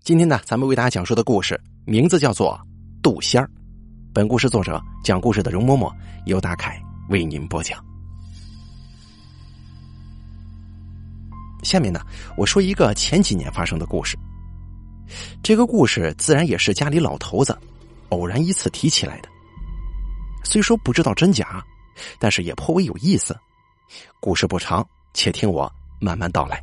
今天呢，咱们为大家讲述的故事名字叫做《渡仙儿》。本故事作者讲故事的容嬷嬷由大凯为您播讲。下面呢，我说一个前几年发生的故事。这个故事自然也是家里老头子偶然一次提起来的。虽说不知道真假，但是也颇为有意思。故事不长，且听我慢慢道来。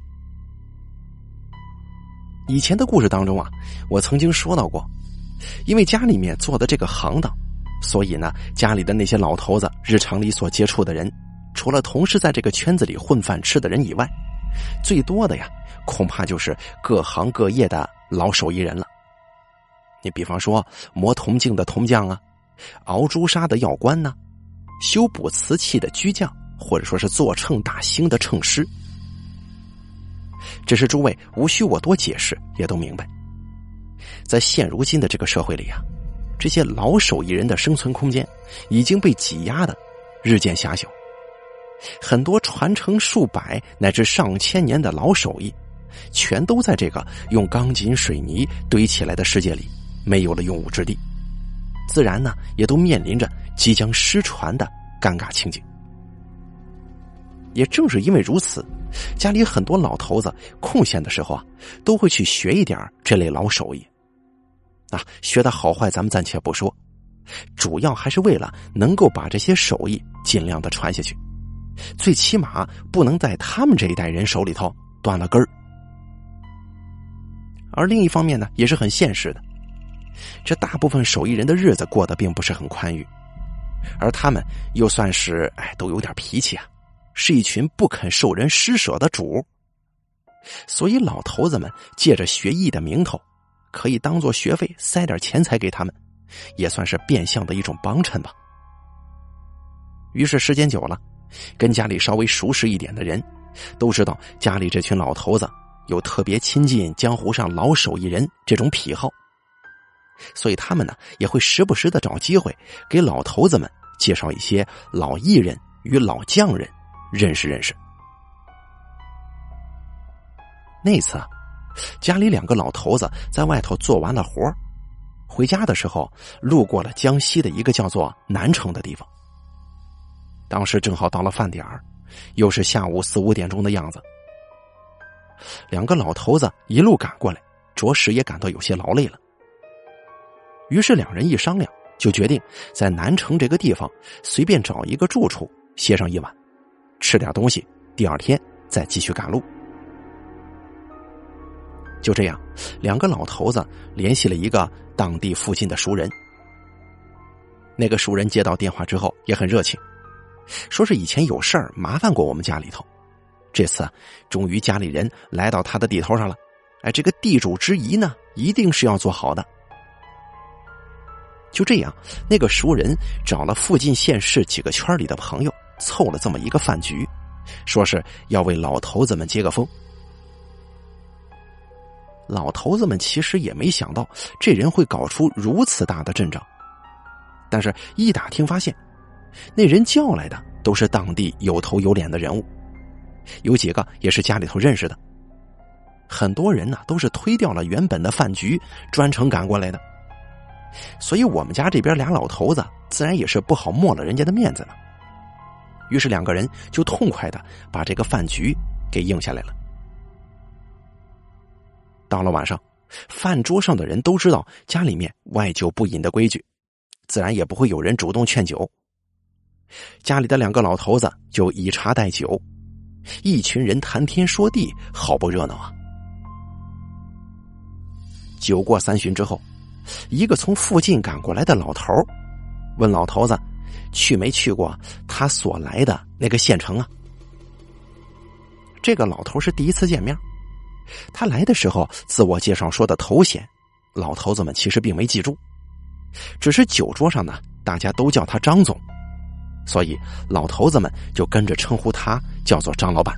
以前的故事当中啊，我曾经说到过，因为家里面做的这个行当，所以呢，家里的那些老头子日常里所接触的人，除了同时在这个圈子里混饭吃的人以外，最多的呀，恐怕就是各行各业的老手艺人了。你比方说磨铜镜的铜匠啊，熬朱砂的药官呢，修补瓷器的居匠，或者说是做秤打星的秤师。只是诸位无需我多解释，也都明白，在现如今的这个社会里啊，这些老手艺人的生存空间已经被挤压的日渐狭小。很多传承数百乃至上千年的老手艺，全都在这个用钢筋水泥堆起来的世界里没有了用武之地，自然呢，也都面临着即将失传的尴尬情景。也正是因为如此，家里很多老头子空闲的时候啊，都会去学一点这类老手艺。学的好坏咱们暂且不说，主要还是为了能够把这些手艺尽量的传下去，最起码不能在他们这一代人手里头断了根儿。而另一方面呢，也是很现实的，这大部分手艺人的日子过得并不是很宽裕，而他们又算是都有点脾气啊，是一群不肯受人施舍的主。所以老头子们借着学艺的名头，可以当做学费塞点钱财给他们，也算是变相的一种帮衬吧。于是时间久了，跟家里稍微熟识一点的人都知道家里这群老头子有特别亲近江湖上老手艺人这种癖好，所以他们呢也会时不时的找机会给老头子们介绍一些老艺人与老匠人认识认识。那次啊，家里两个老头子在外头做完了活，回家的时候路过了江西的一个叫做南城的地方。当时正好到了饭点儿，又是下午4、5点钟的样子。两个老头子一路赶过来，着实也感到有些劳累了。于是两人一商量，就决定在南城这个地方随便找一个住处歇上一晚，吃点东西，第二天再继续赶路。就这样，两个老头子联系了一个当地附近的熟人。那个熟人接到电话之后也很热情，说是以前有事儿麻烦过我们家里头，这次终于家里人来到他的地头上了，这个地主之谊呢，一定是要做好的。就这样，那个熟人找了附近县市几个圈里的朋友，凑了这么一个饭局，说是要为老头子们接个风。老头子们其实也没想到这人会搞出如此大的阵仗，但是一打听发现，那人叫来的都是当地有头有脸的人物，有几个也是家里头认识的，很多人呢都是推掉了原本的饭局，专程赶过来的。所以我们家这边俩老头子自然也是不好抹了人家的面子了。于是两个人就痛快的把这个饭局给应下来了。到了晚上，饭桌上的人都知道家里面外酒不饮的规矩，自然也不会有人主动劝酒。家里的两个老头子就以茶代酒，一群人谈天说地，好不热闹啊。酒过3巡之后，一个从附近赶过来的老头问老头子去没去过他所来的那个县城啊。这个老头是第一次见面，他来的时候自我介绍说的头衔，老头子们其实并没记住，只是酒桌上呢大家都叫他张总，所以老头子们就跟着称呼他叫做张老板。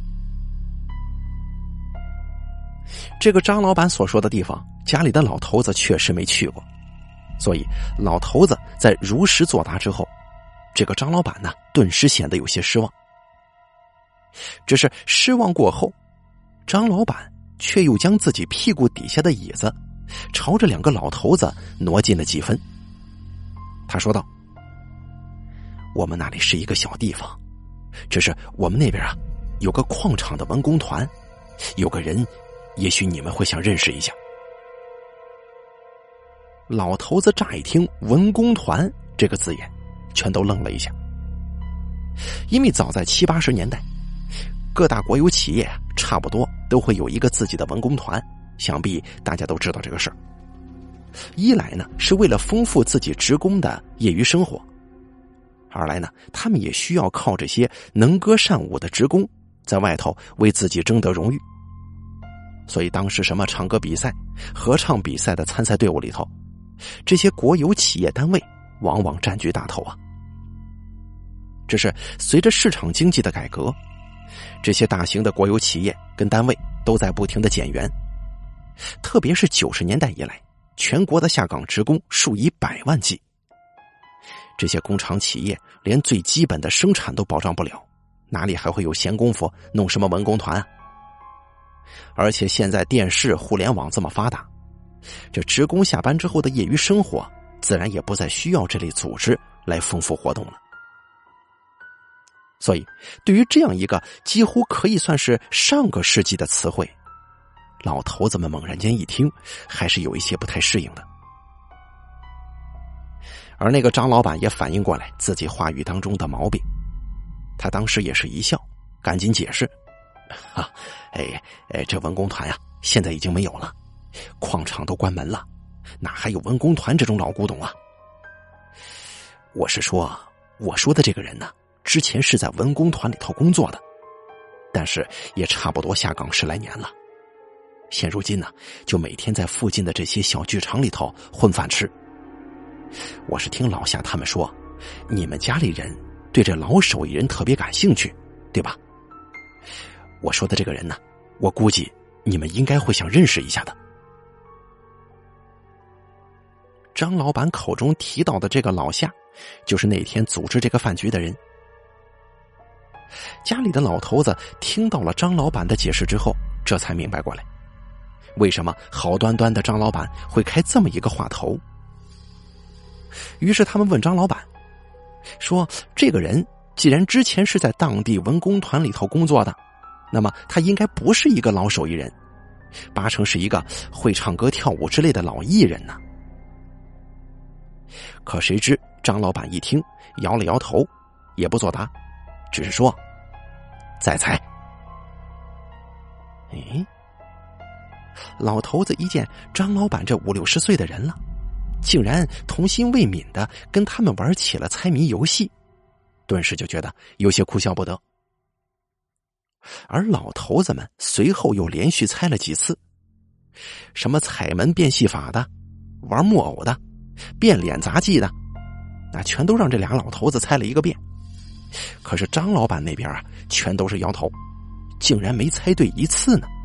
这个张老板所说的地方，家里的老头子确实没去过，所以老头子在如实作答之后，这个张老板呢顿时显得有些失望。只是失望过后，张老板却又将自己屁股底下的椅子朝着两个老头子挪近了几分。他说道：“我们那里是一个小地方，只是我们那边有个矿场的文工团，有个人，也许你们会想认识一下。”老头子乍一听文工团这个字眼，全都愣了一下。因为早在70、80年代，各大国有企业差不多都会有一个自己的文工团，想必大家都知道这个事儿。一来呢，是为了丰富自己职工的业余生活；二来呢，他们也需要靠这些能歌善舞的职工在外头为自己争得荣誉。所以当时什么唱歌比赛、合唱比赛的参赛队伍里头，这些国有企业单位往往占据大头啊。只是随着市场经济的改革，这些大型的国有企业跟单位都在不停的减员，特别是90年代以来，全国的下岗职工数以百万计。这些工厂企业连最基本的生产都保障不了，哪里还会有闲工夫弄什么文工团啊？而且现在电视、互联网这么发达，这职工下班之后的业余生活自然也不再需要这类组织来丰富活动了。所以对于这样一个几乎可以算是上个世纪的词汇，老头子们猛然间一听，还是有一些不太适应的。而那个张老板也反应过来自己话语当中的毛病，他当时也是一笑，赶紧解释：“这文工团现在已经没有了，矿场都关门了，哪还有文工团这种老古董啊？我说的这个人呢，之前是在文工团里头工作的，但是也差不多下岗10来年了。现如今呢，就每天在附近的这些小剧场里头混饭吃。我是听老夏他们说，你们家里人对这老手艺人特别感兴趣，对吧？我说的这个人呢，我估计你们应该会想认识一下的。”张老板口中提到的这个老夏，就是那天组织这个饭局的人。家里的老头子听到了张老板的解释之后，这才明白过来，为什么好端端的张老板会开这么一个话头。于是他们问张老板说，这个人既然之前是在当地文工团里头工作的，那么他应该不是一个老手艺人，8成是一个会唱歌跳舞之类的老艺人呢。可谁知张老板一听，摇了摇头，也不作答，只是说：“再猜。”老头子一见张老板这50、60岁的人了，竟然童心未泯的跟他们玩起了猜谜游戏，顿时就觉得有些哭笑不得。而老头子们随后又连续猜了几次，什么彩门变戏法的、玩木偶的、变脸杂技的，那全都让这俩老头子猜了一个遍。可是张老板那边全都是摇头，竟然没猜对一次呢。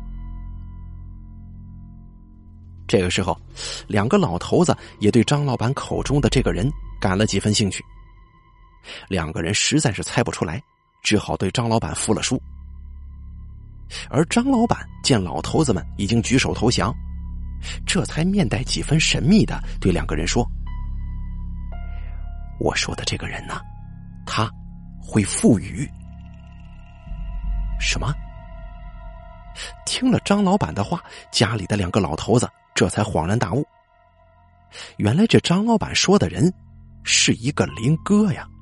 这个时候，两个老头子也对张老板口中的这个人感了几分兴趣。两个人实在是猜不出来，只好对张老板服了输。而张老板见老头子们已经举手投降，这才面带几分神秘的对两个人说：“我说的这个人呢，他会腹语。”什么？听了张老板的话，家里的两个老头子这才恍然大悟，原来这张老板说的人是一个灵歌呀。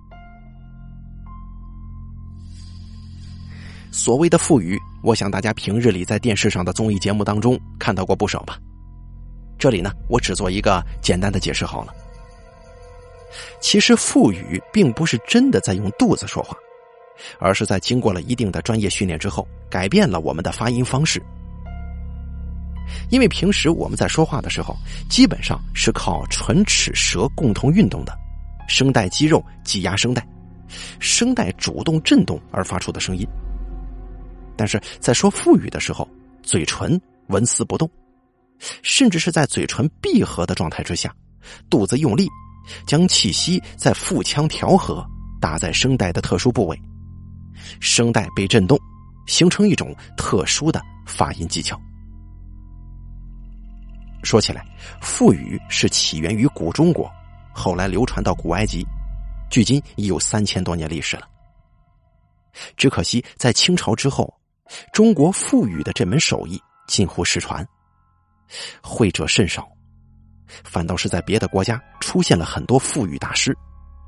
所谓的腹语，我想大家平日里在电视上的综艺节目当中看到过不少吧。这里呢，我只做一个简单的解释好了。其实腹语并不是真的在用肚子说话，而是在经过了一定的专业训练之后，改变了我们的发音方式。因为平时我们在说话的时候，基本上是靠唇齿舌共同运动的，声带肌肉挤压声带，声带主动震动而发出的声音。但是在说腹语的时候，嘴唇纹丝不动，甚至是在嘴唇闭合的状态之下，肚子用力，将气息在腹腔调和，打在声带的特殊部位，声带被震动，形成一种特殊的发音技巧。 说起来，腹语是起源于古中国，后来流传到古埃及，距今已有3000多年历史了。只可惜在清朝之后，中国腹语的这门手艺近乎失传，会者甚少，反倒是在别的国家出现了很多腹语大师。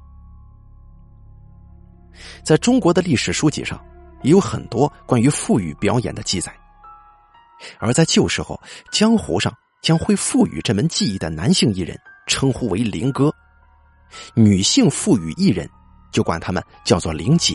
在中国的历史书籍上也有很多关于腹语表演的记载，而在旧时候，江湖上将会腹语这门技艺的男性艺人称呼为灵哥，女性腹语艺人就管他们叫做灵姐。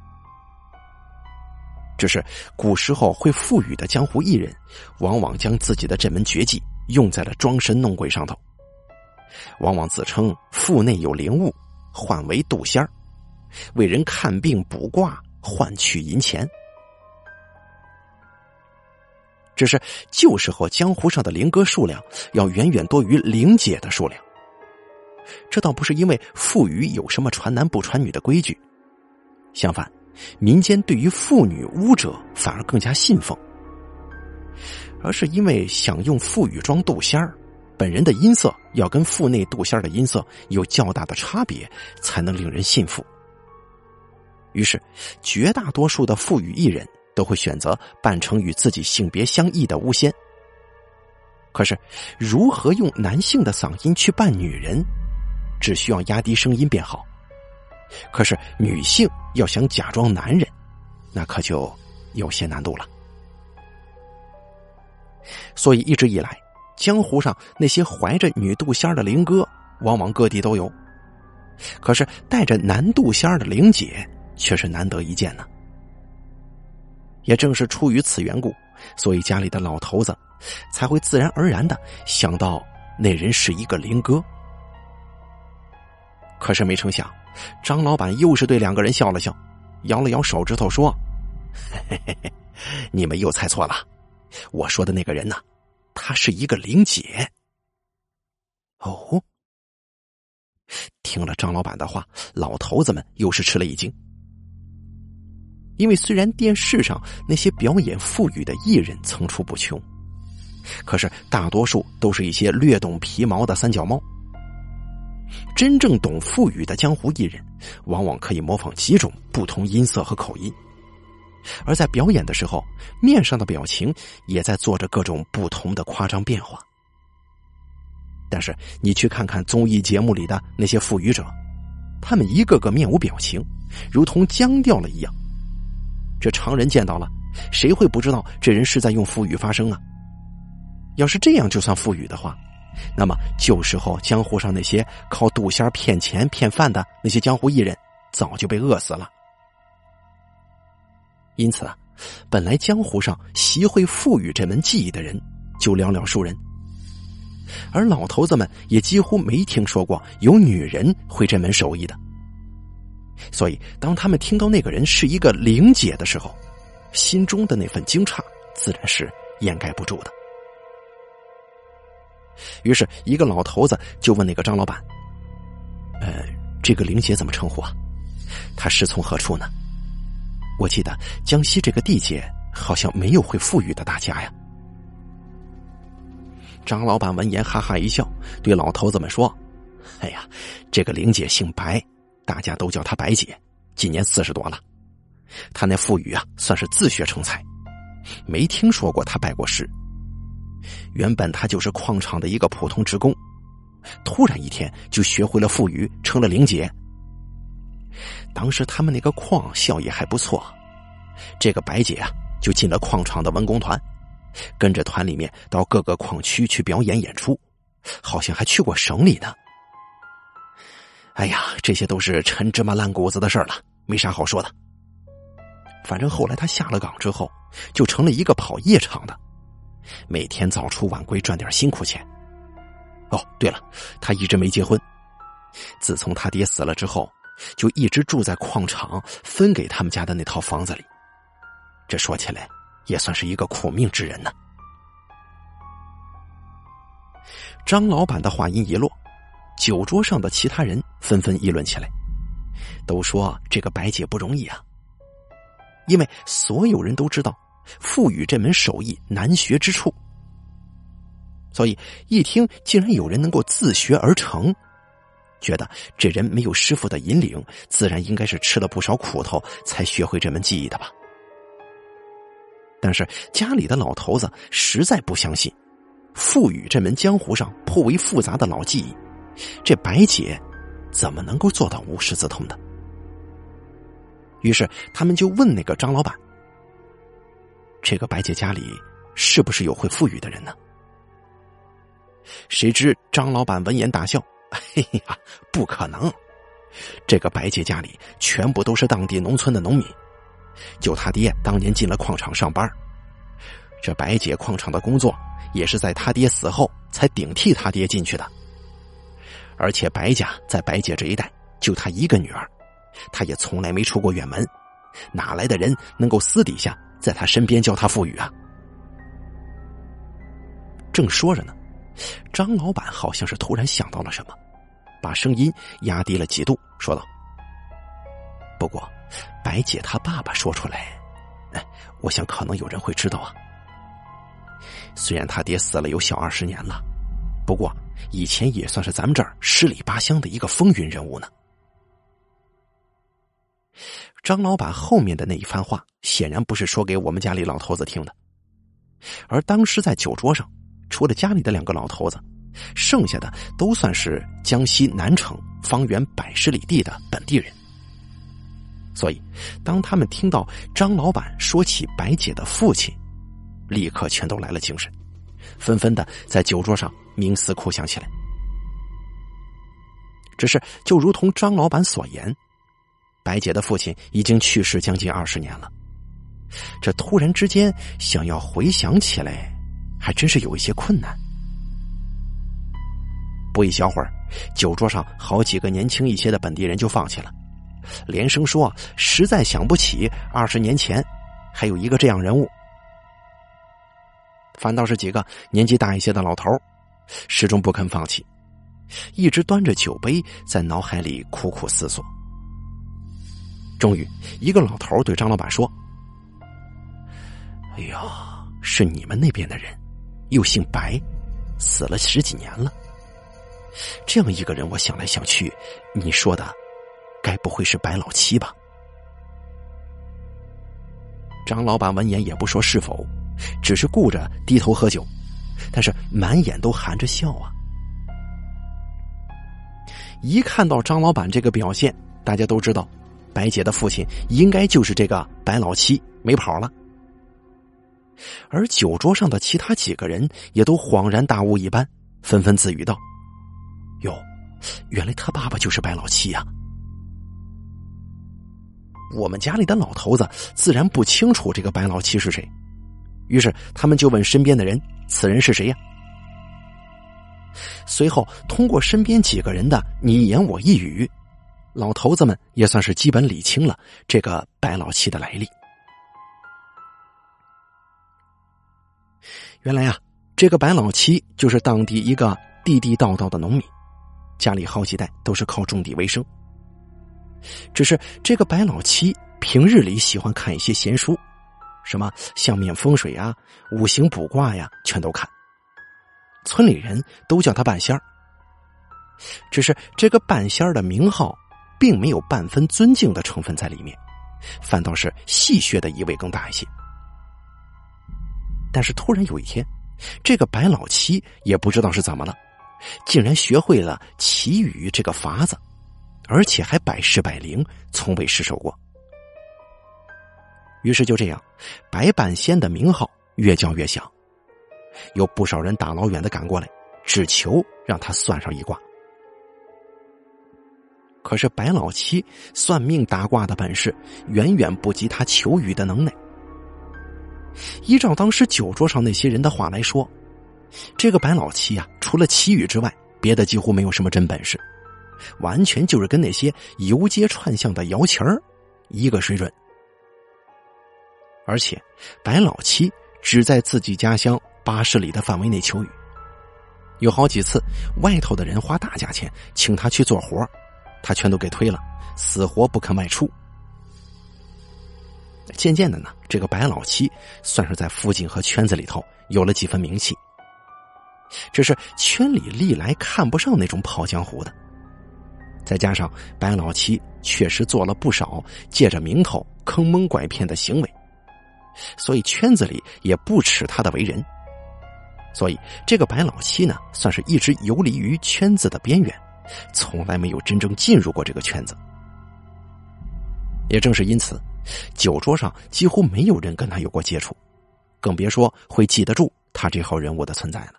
只是古时候会腹语的江湖艺人往往将自己的这门绝技用在了装神弄鬼上头，往往自称腹内有灵物，唤为渡仙儿，为人看病卜卦，换取银钱。只是旧时候江湖上的灵哥数量要远远多于灵姐的数量，这倒不是因为腹语有什么传男不传女的规矩，相反，民间对于妇女巫者反而更加信奉，而是因为想用腹语装渡仙儿，本人的音色要跟腹内渡仙儿的音色有较大的差别，才能令人信服。于是绝大多数的腹语艺人都会选择扮成与自己性别相异的巫仙。可是如何用男性的嗓音去扮女人，只需要压低声音便好，可是女性要想假装男人，那可就有些难度了。所以一直以来，江湖上那些怀着女渡仙的灵哥往往各地都有，可是带着男渡仙的灵姐却是难得一见呢。也正是出于此缘故，所以家里的老头子才会自然而然地想到那人是一个灵哥。可是没成想，张老板又是对两个人笑了笑，摇了摇手指头说：嘿嘿嘿，你们又猜错了，我说的那个人呢，他是一个灵姐。哦，听了张老板的话，老头子们又是吃了一惊。因为虽然电视上那些表演腹语的艺人层出不穷，可是大多数都是一些略懂皮毛的三脚猫。真正懂腹语的江湖艺人往往可以模仿几种不同音色和口音，而在表演的时候，面上的表情也在做着各种不同的夸张变化。但是你去看看综艺节目里的那些腹语者，他们一个个面无表情，如同僵掉了一样，这常人见到了，谁会不知道这人是在用腹语发声啊？要是这样就算腹语的话，那么旧时候江湖上那些靠渡仙骗钱骗饭的那些江湖艺人早就被饿死了。因此啊，本来江湖上习会腹语这门技艺的人就寥寥数人，而老头子们也几乎没听说过有女人会这门手艺的。所以当他们听到那个人是一个灵姐的时候，心中的那份惊诧自然是掩盖不住的。于是一个老头子就问那个张老板，这个灵姐怎么称呼啊？她是从何处呢？我记得江西这个地界好像没有会腹语的大家呀。张老板闻言哈哈一笑，对老头子们说，哎呀，这个灵姐姓白，大家都叫她白姐，今年40多了。她那腹语啊，算是自学成才，没听说过她拜过师。原本她就是矿场的一个普通职工，突然一天就学会了腹语，成了灵姐。当时他们那个矿效益还不错，这个白姐啊就进了矿场的文工团，跟着团里面到各个矿区去表演演出，好像还去过省里呢。哎呀，这些都是陈芝麻烂谷子的事儿了，没啥好说的。反正后来他下了岗之后，就成了一个跑夜场的，每天早出晚归赚点辛苦钱。哦，对了，他一直没结婚。自从他爹死了之后，就一直住在矿场分给他们家的那套房子里。这说起来也算是一个苦命之人呢。张老板的话音一落，酒桌上的其他人纷纷议论起来，都说这个白姐不容易啊。因为所有人都知道腹语这门手艺难学之处， 所以一听竟然有人能够自学而成，觉得这人没有师傅的引领，自然应该是吃了不少苦头才学会这门技艺的吧。但是家里的老头子实在不相信赋予这门江湖上颇为复杂的老技艺，这白姐怎么能够做到无师自通的？于是他们就问那个张老板，这个白姐家里是不是有会赋予的人呢？谁知张老板闻言大笑，嘿呀，不可能，这个白姐家里全部都是当地农村的农民，就他爹当年进了矿场上班，这白姐矿场的工作也是在他爹死后才顶替他爹进去的。而且白家在白姐这一代就他一个女儿，他也从来没出过远门，哪来的人能够私底下在他身边教他赋予啊？正说着呢，张老板好像是突然想到了什么，把声音压低了几度，说道：不过白姐她爸爸说出来，我想可能有人会知道啊。虽然他爹死了有小20年了，不过以前也算是咱们这儿十里八乡的一个风云人物呢。张老板后面的那一番话显然不是说给我们家里老头子听的，而当时在酒桌上除了家里的2个老头子，剩下的都算是江西南城方圆100里地的本地人。所以当他们听到张老板说起白姐的父亲，立刻全都来了精神，纷纷的在酒桌上冥思苦想起来。只是就如同张老板所言，白姐的父亲已经去世将近20年了，这突然之间想要回想起来还真是有一些困难。不一小会儿，酒桌上好几个年轻一些的本地人就放弃了，连声说实在想不起20年前还有一个这样人物。反倒是几个年纪大一些的老头始终不肯放弃，一直端着酒杯在脑海里苦苦思索。终于一个老头对张老板说：哎呀，是你们那边的人，又姓白，死了10几年了。这样一个人，我想来想去，你说的该不会是白老七吧？张老板闻言也不说是否，只是顾着低头喝酒，但是满眼都含着笑啊。一看到张老板这个表现，大家都知道白姐的父亲应该就是这个白老七，没跑了。而酒桌上的其他几个人也都恍然大悟一般，纷纷自语道：哟，原来他爸爸就是白老七啊。我们家里的老头子自然不清楚这个白老七是谁，于是他们就问身边的人，此人是谁呀？随后通过身边几个人的你一言我一语，老头子们也算是基本理清了这个白老七的来历。原来啊，这个白老七就是当地一个地地道道的农民，家里好几代都是靠种地为生。只是这个白老七平日里喜欢看一些闲书，什么相面风水啊、五行卜卦呀，全都看。村里人都叫他半仙儿。只是这个半仙儿的名号并没有半分尊敬的成分在里面，反倒是戏谑的意味更大一些。但是突然有一天，这个白老七也不知道是怎么了，竟然学会了祈雨这个法子，而且还百试百灵，从未失手过。于是就这样，白半仙的名号越叫越响，有不少人大老远的赶过来，只求让他算上一卦。可是白老七算命打卦的本事远远不及他求雨的能耐。依照当时酒桌上那些人的话来说，这个白老七啊，除了祈雨之外，别的几乎没有什么真本事，完全就是跟那些游街串巷的摇旗儿一个水准。而且白老七只在自己家乡80里的范围内求雨，有好几次外头的人花大价钱请他去做活，他全都给推了，死活不肯外出。渐渐的呢，这个白老七算是在附近和圈子里头有了几分名气。 只是圈里历来看不上那种跑江湖的，再加上白老七确实做了不少借着名头坑蒙拐骗的行为，所以圈子里也不耻他的为人。所以这个白老七呢，算是一直游离于圈子的边缘，从来没有真正进入过这个圈子。也正是因此，酒桌上几乎没有人跟他有过接触，更别说会记得住他这号人物的存在了。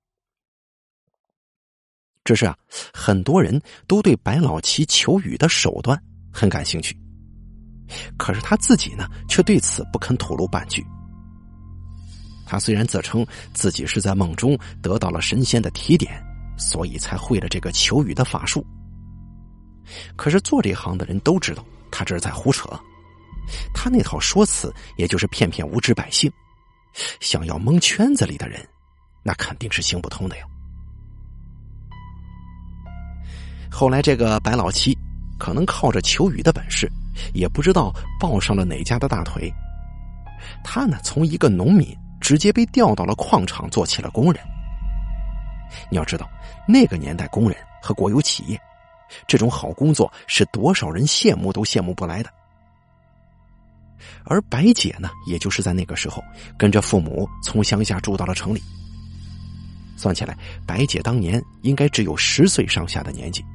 只是啊，很多人都对白老七求雨的手段很感兴趣，可是他自己呢，却对此不肯吐露半句。他虽然自称自己是在梦中得到了神仙的提点，所以才会了这个求雨的法术，可是做这行的人都知道他这是在胡扯，他那套说辞也就是骗骗无知百姓，想要蒙圈子里的人，那肯定是行不通的呀。后来这个白老七可能靠着求雨的本事，也不知道抱上了哪家的大腿，他呢从一个农民直接被调到了矿场做起了工人。你要知道，那个年代工人和国有企业这种好工作是多少人羡慕都羡慕不来的。而白姐呢，也就是在那个时候跟着父母从乡下住到了城里，算起来白姐当年应该只有10岁上下的年纪。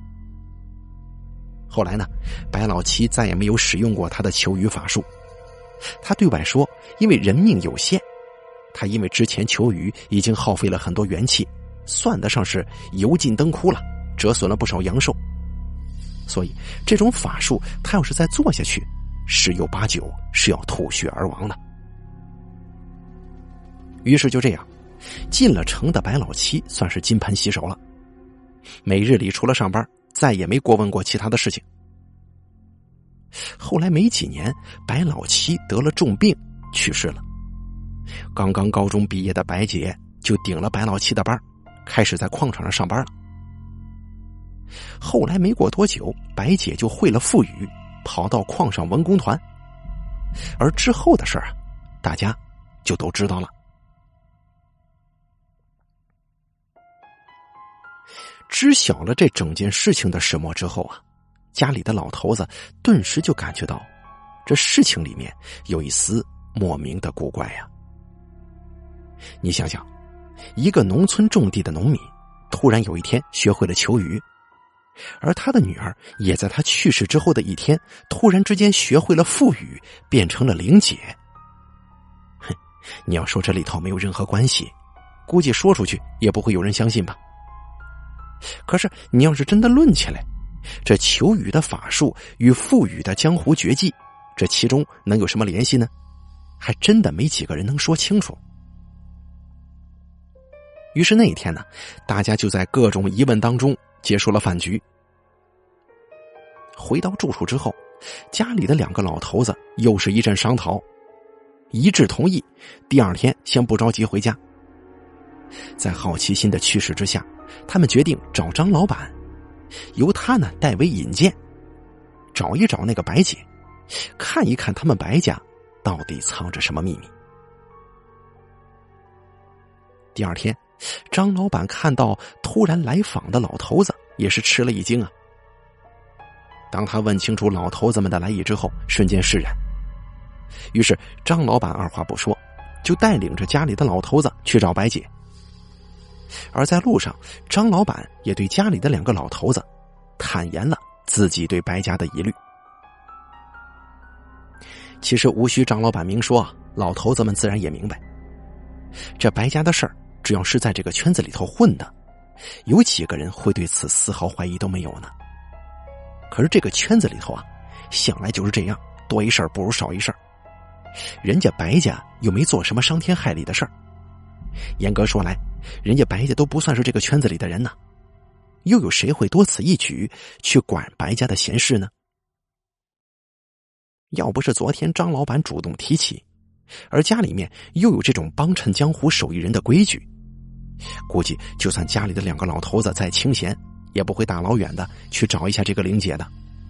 后来呢，白老七再也没有使用过他的求雨法术，他对外说因为人命有限，他因为之前求雨已经耗费了很多元气，算得上是油尽灯枯了，折损了不少阳寿，所以这种法术他要是再做下去，10有8九是要吐血而亡的。于是就这样，进了城的白老七算是金盆洗手了，每日里除了上班再也没过问过其他的事情。后来没几年，白老七得了重病去世了，刚刚高中毕业的白姐就顶了白老七的班，开始在矿场上上班了。后来没过多久，白姐就会了腹语，跑到矿上文工团，而之后的事儿啊，大家就都知道了。知晓了这整件事情的始末之后啊，家里的老头子顿时就感觉到这事情里面有一丝莫名的古怪呀。你想想，一个农村种地的农民突然有一天学会了求雨，而他的女儿也在他去世之后的一天突然之间学会了腹语，变成了灵姐。哼，你要说这里头没有任何关系，估计说出去也不会有人相信吧。可是你要是真的论起来，这求雨的法术与腹语的江湖绝技，这其中能有什么联系呢？还真的没几个人能说清楚。于是那一天呢，大家就在各种疑问当中结束了饭局。回到住处之后，家里的2个老头子又是一阵商讨，一致同意第2天先不着急回家。在好奇心的驱使之下，他们决定找张老板，由他呢代为引荐，找一找那个白姐，看一看他们白家到底藏着什么秘密。第2天，张老板看到突然来访的老头子，也是吃了一惊啊。当他问清楚老头子们的来意之后，瞬间释然。于是张老板二话不说，就带领着家里的老头子去找白姐。而在路上，张老板也对家里的2个老头子坦言了自己对白家的疑虑。其实无需张老板明说啊，老头子们自然也明白，这白家的事儿，只要是在这个圈子里头混的，有几个人会对此丝毫怀疑都没有呢？可是这个圈子里头啊，向来就是这样，多一事儿不如少一事儿。人家白家又没做什么伤天害理的事儿，严格说来，人家白家都不算是这个圈子里的人呢，又有谁会多此一举去管白家的闲事呢？要不是昨天张老板主动提起，而家里面又有这种帮衬江湖手艺人的规矩，估计就算家里的2个老头子再清闲，也不会大老远的去找一下这个灵姐的。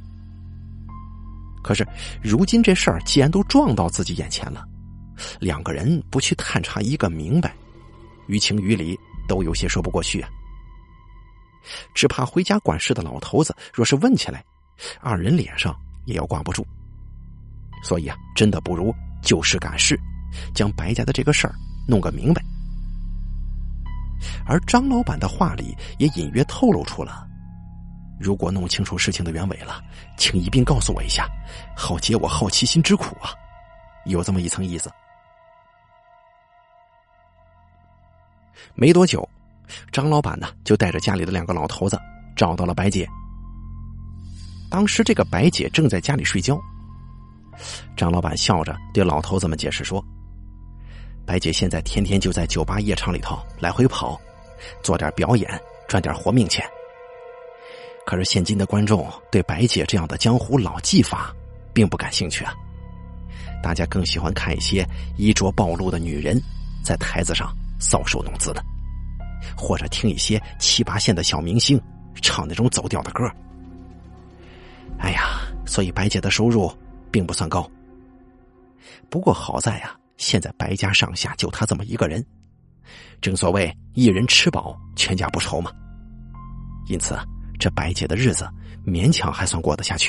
可是如今这事儿既然都撞到自己眼前了，2个人不去探查一个明白，于情于理都有些说不过去啊。只怕回家管事的老头子若是问起来，二人脸上也要挂不住。所以啊，真的不如就事赶事，将白家的这个事儿弄个明白。而张老板的话里也隐约透露出了，如果弄清楚事情的原委了，请一并告诉我一下，好解我好奇心之苦啊，有这么一层意思。没多久，张老板呢就带着家里的2个老头子找到了白姐。当时这个白姐正在家里睡觉，张老板笑着对老头子们解释说，白姐现在天天就在酒吧夜场里头来回跑，做点表演赚点活命钱。可是现今的观众对白姐这样的江湖老技法并不感兴趣啊，大家更喜欢看一些衣着暴露的女人在台子上搔首弄姿的，或者听一些7、8线的小明星唱那种走调的歌。哎呀，所以白姐的收入并不算高。不过好在啊，现在白家上下就她这么一个人，正所谓一人吃饱全家不愁嘛。因此这白姐的日子勉强还算过得下去。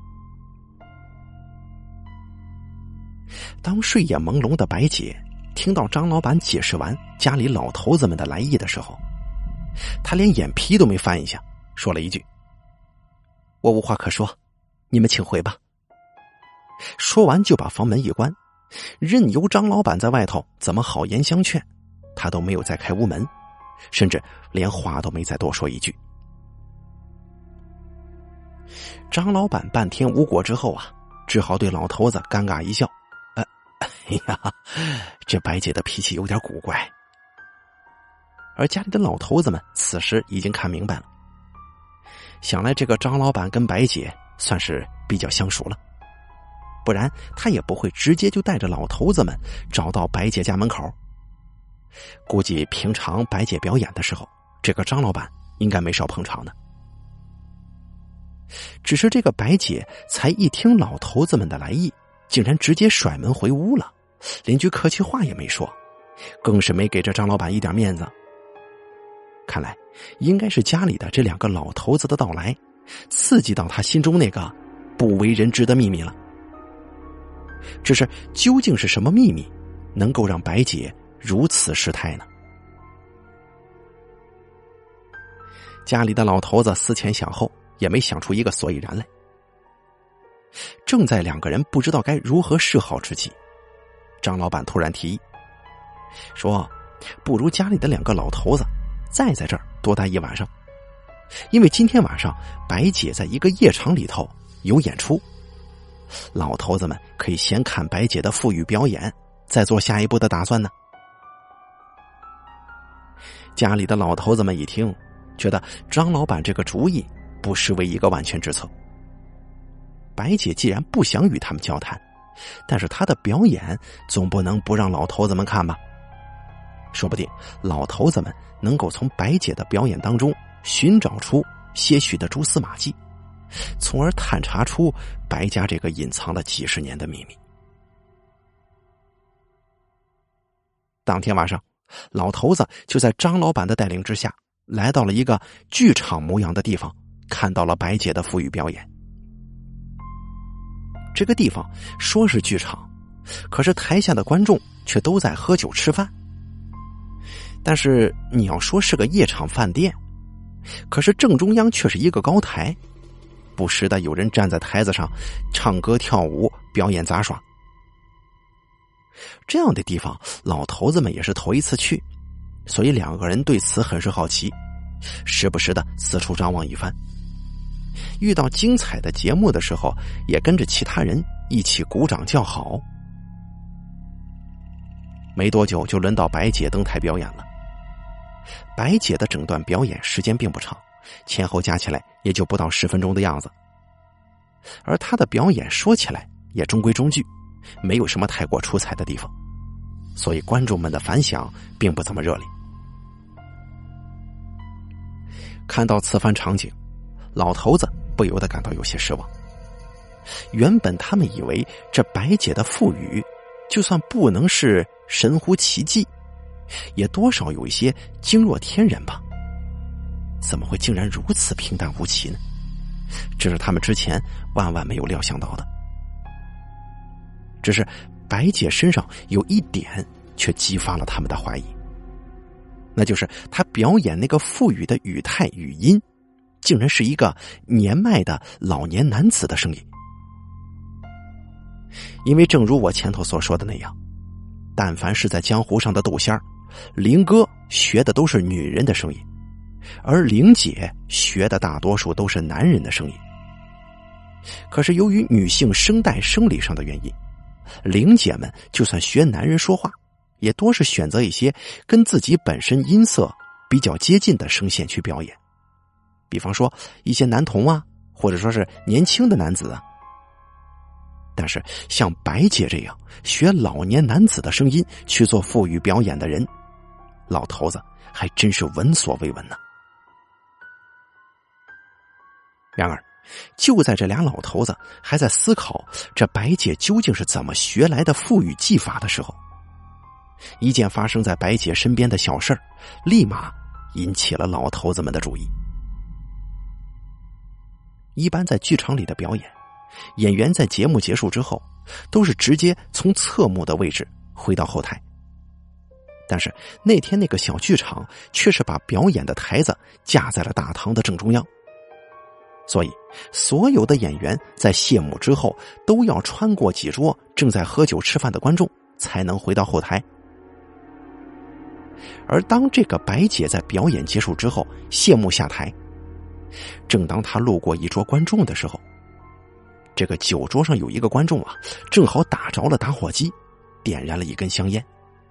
当睡眼朦胧的白姐听到张老板解释完家里老头子们的来意的时候，她连眼皮都没翻一下，说了一句，我无话可说，你们请回吧。说完就把房门一关，任由张老板在外头怎么好言相劝，他都没有再开屋门，甚至连话都没再多说一句。张老板半天无果之后啊，只好对老头子尴尬一笑，哎呀，这白姐的脾气有点古怪。而家里的老头子们此时已经看明白了，想来这个张老板跟白姐算是比较相熟了，不然他也不会直接就带着老头子们找到白姐家门口。估计平常白姐表演的时候，这个张老板应该没少捧场的。只是这个白姐才一听老头子们的来意，竟然直接甩门回屋了，连句客气话也没说，更是没给这张老板一点面子。看来应该是家里的这2个老头子的到来刺激到他心中那个不为人知的秘密了。只是究竟是什么秘密能够让白姐如此失态呢？家里的老头子思前想后也没想出一个所以然来。正在2个人不知道该如何是好之际，张老板突然提议说，不如家里的2个老头子再在这儿多待一晚上，因为今天晚上白姐在一个夜场里头有演出，老头子们可以先看白姐的腹语表演，再做下一步的打算呢。家里的老头子们一听，觉得张老板这个主意不失为一个万全之策。白姐既然不想与他们交谈，但是她的表演总不能不让老头子们看吧。说不定老头子们能够从白姐的表演当中寻找出些许的蛛丝马迹，从而探查出白家这个隐藏了几十年的秘密。当天晚上，老头子就在张老板的带领之下来到了一个剧场模样的地方，看到了白姐的腹语表演。这个地方说是剧场，可是台下的观众却都在喝酒吃饭。但是你要说是个夜场饭店，可是正中央却是一个高台，不时的有人站在台子上唱歌跳舞表演杂耍。这样的地方老头子们也是头一次去，所以2个人对此很是好奇，时不时的四处张望一番。遇到精彩的节目的时候，也跟着其他人一起鼓掌叫好。没多久就轮到白姐登台表演了。白姐的整段表演时间并不长，前后加起来也就不到10分钟的样子。而她的表演说起来也中规中矩，没有什么太过出彩的地方，所以观众们的反响并不怎么热烈。看到此番场景，老头子不由得感到有些失望。原本他们以为这白姐的腹语就算不能是神乎其技， 也多少有一些惊若天人吧。怎么会竟然如此平淡无奇呢？这是他们之前万万没有料想到的。只是白姐身上有一点却激发了他们的怀疑，那就是她表演那个腹语的语态语音竟然是一个年迈的老年男子的声音。因为正如我前头所说的那样，但凡是在江湖上的斗仙儿，灵哥学的都是女人的声音，而灵姐学的大多数都是男人的声音。可是由于女性声带生理上的原因，灵姐们就算学男人说话，也多是选择一些跟自己本身音色比较接近的声线去表演，比方说一些男童啊，或者说是年轻的男子啊。但是像白姐这样学老年男子的声音去做腹语表演的人，老头子还真是闻所未闻呢。然而就在这俩老头子还在思考这白姐究竟是怎么学来的腹语技法的时候，一件发生在白姐身边的小事儿立马引起了老头子们的注意。一般在剧场里的表演，演员在节目结束之后都是直接从侧幕的位置回到后台，但是那天那个小剧场却是把表演的台子架在了大堂的正中央，所以所有的演员在谢幕之后都要穿过几桌正在喝酒吃饭的观众才能回到后台。而当这个白姐在表演结束之后谢幕下台，正当她路过一桌观众的时候，这个酒桌上有一个观众啊，正好打着了打火机，点燃了一根香烟。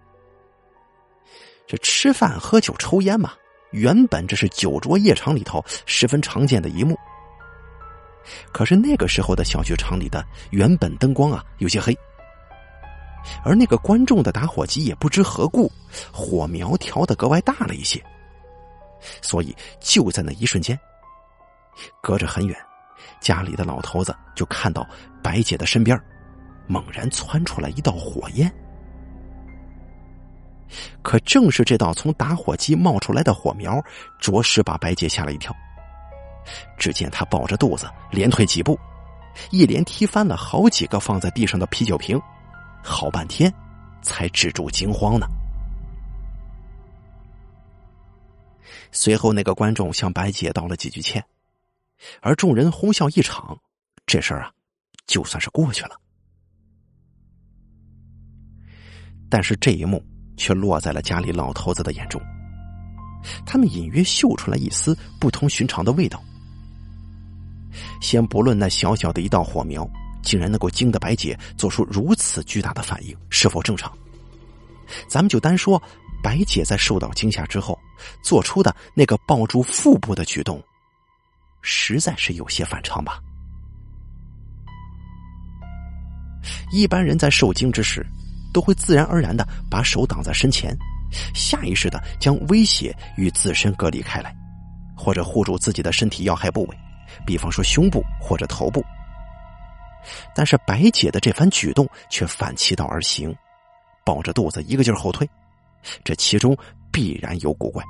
这吃饭喝酒抽烟嘛，原本这是酒桌夜场里头十分常见的一幕。可是那个时候的小剧场里的原本灯光啊有些黑，而那个观众的打火机也不知何故火苗调得格外大了一些，所以就在那一瞬间，隔着很远，家里的老头子就看到白姐的身边猛然窜出来一道火焰。可正是这道从打火机冒出来的火苗着实把白姐吓了一跳。只见她抱着肚子连退几步，一连踢翻了好几个放在地上的啤酒瓶，好半天才止住惊慌呢。随后那个观众向白姐道了几句歉，而众人哄笑一场，这事儿啊就算是过去了。但是这一幕却落在了家里老头子的眼中，他们隐约嗅出来一丝不同寻常的味道。先不论那小小的一道火苗竟然能够惊得白姐做出如此巨大的反应是否正常，咱们就单说白姐在受到惊吓之后做出的那个抱住腹部的举动，实在是有些反常吧。一般人在受惊之时都会自然而然地把手挡在身前，下意识地将威胁与自身隔离开来，或者护住自己的身体要害部位，比方说胸部或者头部。但是白姐的这番举动却反其道而行，抱着肚子一个劲儿后退，这其中必然有古怪。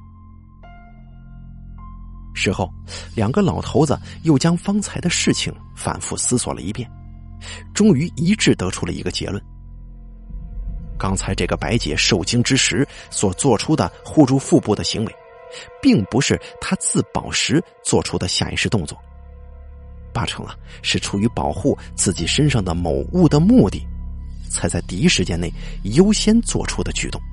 事后两个老头子又将方才的事情反复思索了一遍，终于一致得出了一个结论：刚才这个白姐受惊之时所做出的护住腹部的行为，并不是她自保时做出的下意识动作，八成啊是出于保护自己身上的某物的目的，才在第一时间内优先做出的举动。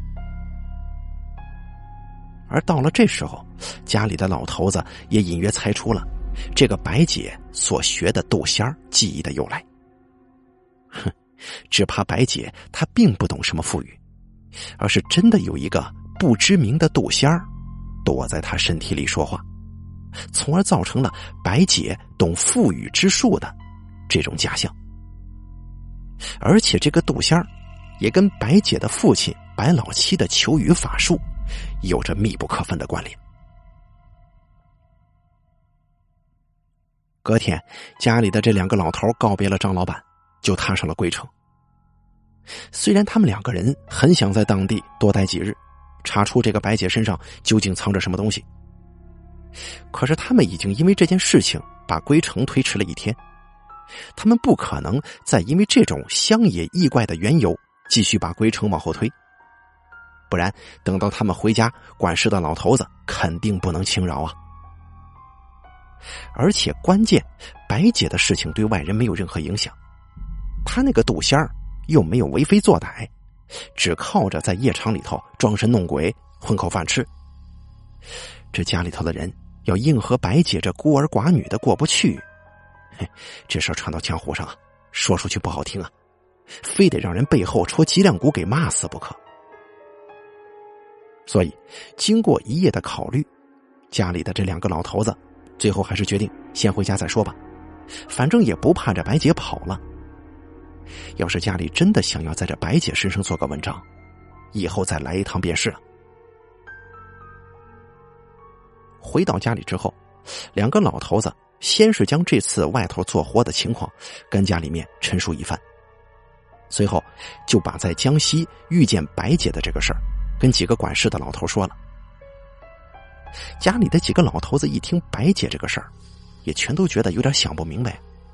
而到了这时候，家里的老头子也隐约猜出了这个白姐所学的斗仙技艺的由来。哼，只怕白姐她并不懂什么腹语，而是真的有一个不知名的斗仙躲在她身体里说话，从而造成了白姐懂腹语之术的这种假象。而且这个斗仙也跟白姐的父亲白老七的求语法术有着密不可分的关联。隔天，家里的这两个老头告别了张老板，就踏上了归程。 虽然他们2个人很想在当地多待几日，查出这个白姐身上究竟藏着什么东西，可是他们已经因为这件事情把归程推迟了1天，他们不可能再因为这种乡野异怪的缘由继续把归程往后推，不然等到他们回家，管事的老头子肯定不能轻饶啊。而且关键，白姐的事情对外人没有任何影响，他那个杜仙儿又没有为非作歹，只靠着在夜场里头装神弄鬼混口饭吃，这家里头的人要硬和白姐这孤儿寡女的过不去，这事儿传到江湖上啊，说出去不好听啊，非得让人背后戳脊梁骨给骂死不可。所以经过1夜的考虑，家里的这2个老头子最后还是决定先回家再说吧，反正也不怕这白姐跑了。要是家里真的想要在这白姐身上做个文章，以后再来一趟便是了。回到家里之后，2个老头子先是将这次外头做活的情况跟家里面陈述一番，随后就把在江西遇见白姐的这个事儿跟几个管事的老头说了。家里的几个老头子一听白姐这个事儿，也全都觉得有点想不明白。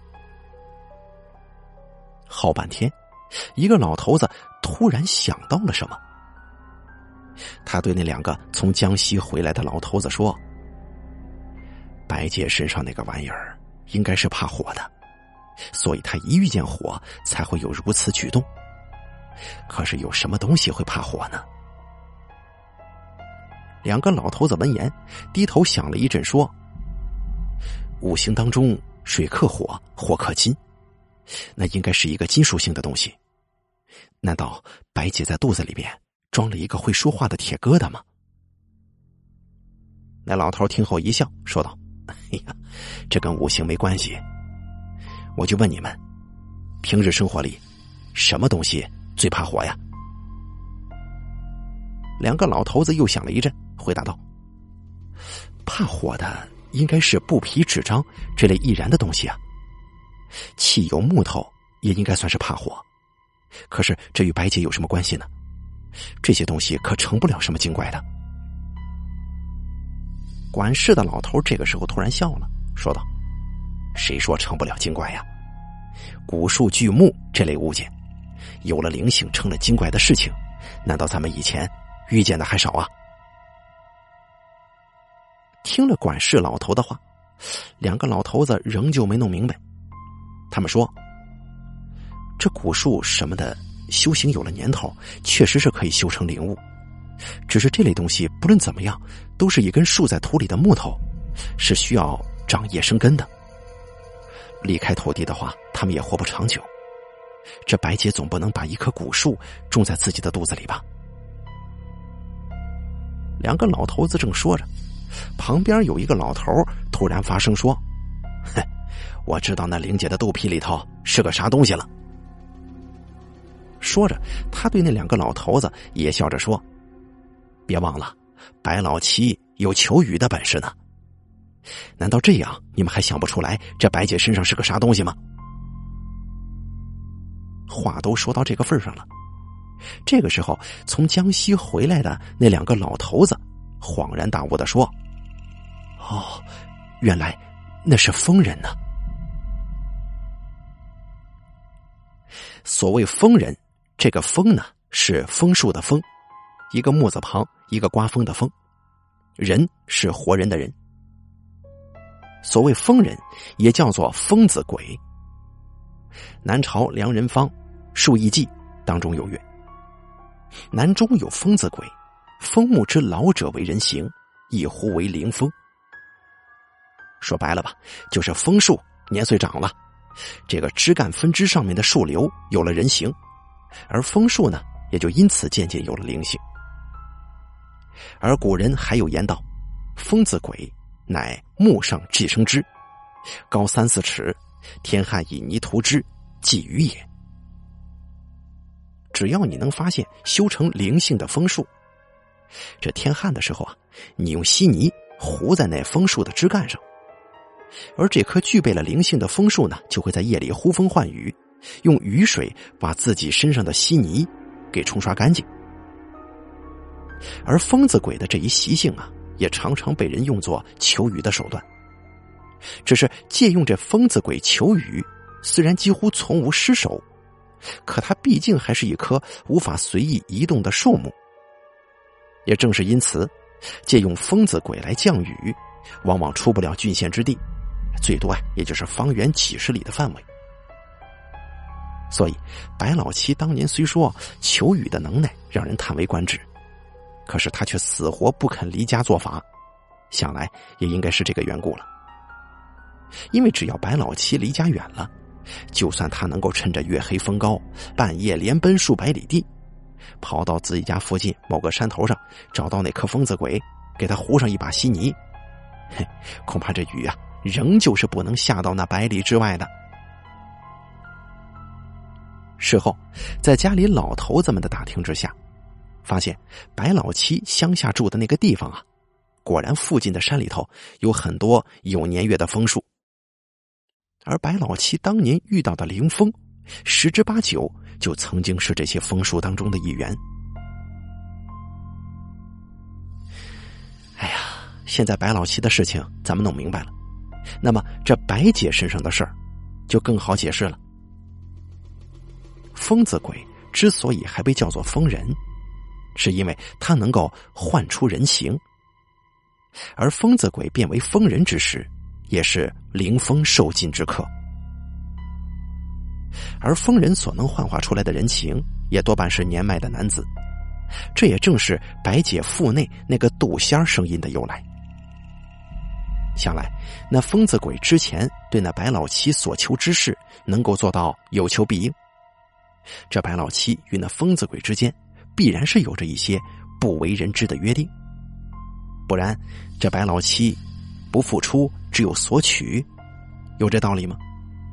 好半天，一个老头子突然想到了什么，他对那2个从江西回来的老头子说：白姐身上那个玩意儿应该是怕火的，所以她一遇见火才会有如此举动。可是有什么东西会怕火呢？2个老头子闻言低头想了一阵说：五行当中水克火，火克金，那应该是一个金属性的东西。难道白姐在肚子里边装了一个会说话的铁疙瘩吗？那老头听后一笑说道：哎呀，这跟五行没关系。我就问你们，平日生活里什么东西最怕火呀？2个老头子又想了一阵，回答道：怕火的应该是布匹纸张这类易燃的东西啊，汽油木头也应该算是怕火，可是这与白姐有什么关系呢？这些东西可成不了什么精怪的。管事的老头这个时候突然笑了，说道：谁说成不了精怪呀？古树巨木这类物件有了灵性成了精怪的事情，难道咱们以前遇见的还少啊？听了管事老头的话，2个老头子仍旧没弄明白。他们说，这古树什么的修行有了年头，确实是可以修成灵物，只是这类东西不论怎么样都是一根竖在土里的木头，是需要长叶生根的，离开土地的话他们也活不长久。这白姐总不能把一棵古树种在自己的肚子里吧？2个老头子正说着，旁边有一个老头突然发声说：哼，我知道那玲姐的肚皮里头是个啥东西了。说着他对那2个老头子也笑着说：别忘了，白老七有求雨的本事呢。难道这样你们还想不出来这白姐身上是个啥东西吗？话都说到这个份上了，这个时候从江西回来的那2个老头子恍然大悟地说：哦，原来那是疯人呢。所谓疯人，这个疯呢是枫树的枫，一个木字旁一个刮风的风，人是活人的人。所谓疯人也叫做疯子鬼。南朝梁人方《述异记》当中有曰：南中有疯子鬼，枫木之老者为人形，一呼为灵风。说白了吧，就是枫树年岁长了，这个枝干分支上面的树瘤有了人形，而枫树呢也就因此渐渐有了灵性。而古人还有言道：疯子鬼乃木上寄生枝，高3-4尺，天旱以泥涂之，寄于也。只要你能发现修成灵性的枫树，这天旱的时候啊，你用稀泥糊在那枫树的枝干上，而这棵具备了灵性的枫树呢，就会在夜里呼风唤雨， 用雨水把自己身上的稀泥给冲刷干净。而疯子鬼的这一习性啊，也常常被人用作求雨的手段。只是借用这疯子鬼求雨，虽然几乎从无失手，可它毕竟还是一棵无法随意移动的树木。也正是因此，借用疯子鬼来降雨，往往出不了郡县之地，最多也就是方圆几十里的范围。所以白老七当年虽说求雨的能耐让人叹为观止，可是他却死活不肯离家做法，想来也应该是这个缘故了。因为只要白老七离家远了，就算他能够趁着月黑风高，半夜连奔数百里地，跑到自己家附近某个山头上，找到那颗疯子鬼，给他糊上一把稀泥，恐怕这雨啊，仍旧是不能下到那百里之外的。事后在家里老头子们的打听之下，发现白老七乡下住的那个地方啊，果然附近的山里头有很多有年月的枫树，而白老七当年遇到的灵风十之八九就曾经是这些枫树当中的一员。哎呀，现在白老七的事情咱们弄明白了，那么这白姐身上的事儿就更好解释了。疯子鬼之所以还被叫做疯人，是因为他能够唤出人形，而疯子鬼变为疯人之时，也是灵风受尽之刻。而疯人所能幻化出来的人形，也多半是年迈的男子，这也正是白姐腹内那个杜仙声音的由来。想来那疯子鬼之前对那白老七所求之事能够做到有求必应，这白老七与那疯子鬼之间必然是有着一些不为人知的约定，不然这白老七不付出只有索取，有这道理吗？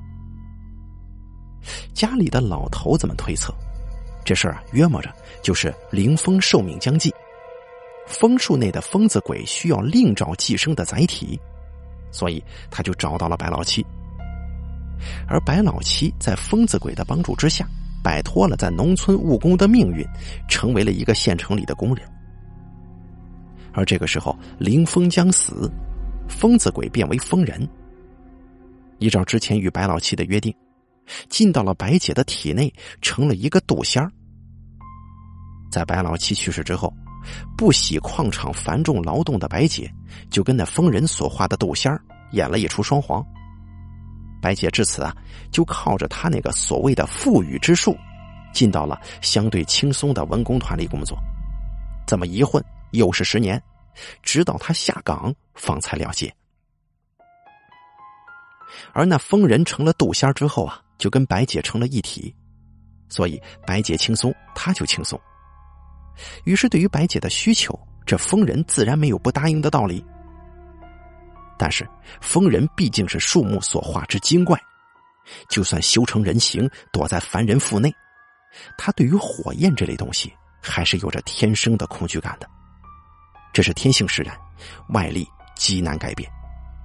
家里的老头子们推测，这事儿约摸着就是灵风寿命将尽，枫树内的疯子鬼需要另找寄生的载体，所以他就找到了白老七。而白老七在疯子鬼的帮助之下，摆脱了在农村务工的命运，成为了一个县城里的工人。而这个时候灵风将死，疯子鬼变为疯人，依照之前与白老七的约定，进到了白姐的体内，成了一个杜仙儿。在白老七去世之后，不喜矿场繁重劳动的白姐就跟那疯人所画的杜仙儿演了一出双簧。白姐至此啊，就靠着她那个所谓的富裕之术，进到了相对轻松的文工团里工作。这么一混又是10年，直到她下岗方才了结。而那疯人成了杜仙之后啊，就跟白姐成了一体，所以白姐轻松，她就轻松。于是对于白姐的需求，这疯人自然没有不答应的道理。但是疯人毕竟是树木所化之精怪，就算修成人形，躲在凡人腹内，他对于火焰这类东西还是有着天生的恐惧感的，这是天性使然，外力极难改变。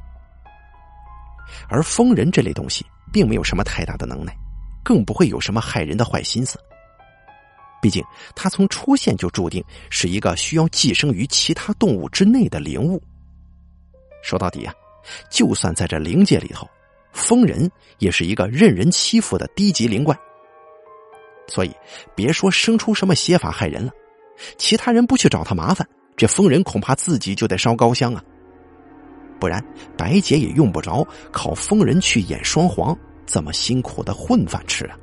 而疯人这类东西并没有什么太大的能耐，更不会有什么害人的坏心思，毕竟他从出现就注定是一个需要寄生于其他动物之内的灵物。说到底啊，就算在这灵界里头，疯人也是一个任人欺负的低级灵怪。所以别说生出什么邪法害人了，其他人不去找他麻烦，这疯人恐怕自己就得烧高香啊。不然白姐也用不着靠疯人去演双簧这么辛苦的混饭吃啊。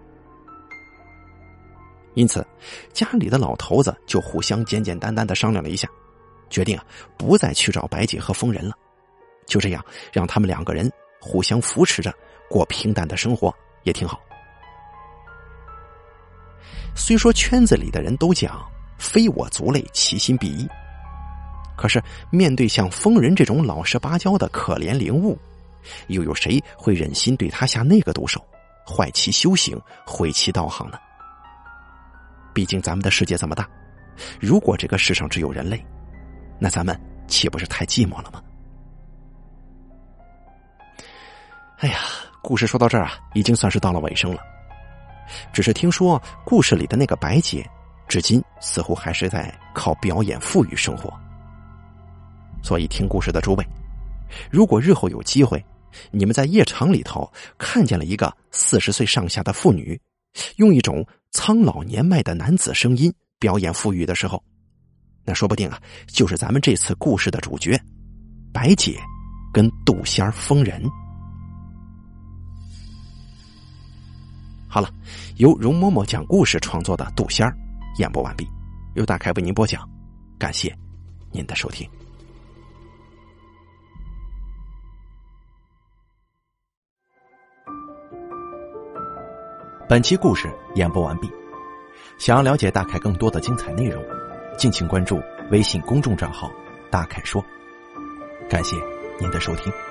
因此家里的老头子就互相简简单单的商量了一下，决定啊不再去找白姐和疯人了，就这样让他们2个人互相扶持着过平淡的生活也挺好。虽说圈子里的人都讲非我族类，其心必异，可是面对像疯人这种老实巴交的可怜灵物，又有谁会忍心对他下那个毒手，坏其修行，毁其道行呢？毕竟咱们的世界这么大，如果这个世上只有人类，那咱们岂不是太寂寞了吗？哎呀， 故事说到这儿啊，已经算是到了尾声了。只是听说故事里的那个白姐，至今似乎还是在靠表演富裕生活。所以听故事的诸位，如果日后有机会，你们在夜场里头看见了一个40岁上下的妇女，用一种苍老年迈的男子声音表演富裕的时候，那说不定啊，就是咱们这次故事的主角白姐跟杜仙儿疯人。好了，由容嬷嬷讲故事创作的《杜仙儿》演播完毕，由大凯为您播讲，感谢您的收听。本期故事演播完毕，想要了解大凯更多的精彩内容，敬请关注微信公众账号大凯说。感谢您的收听。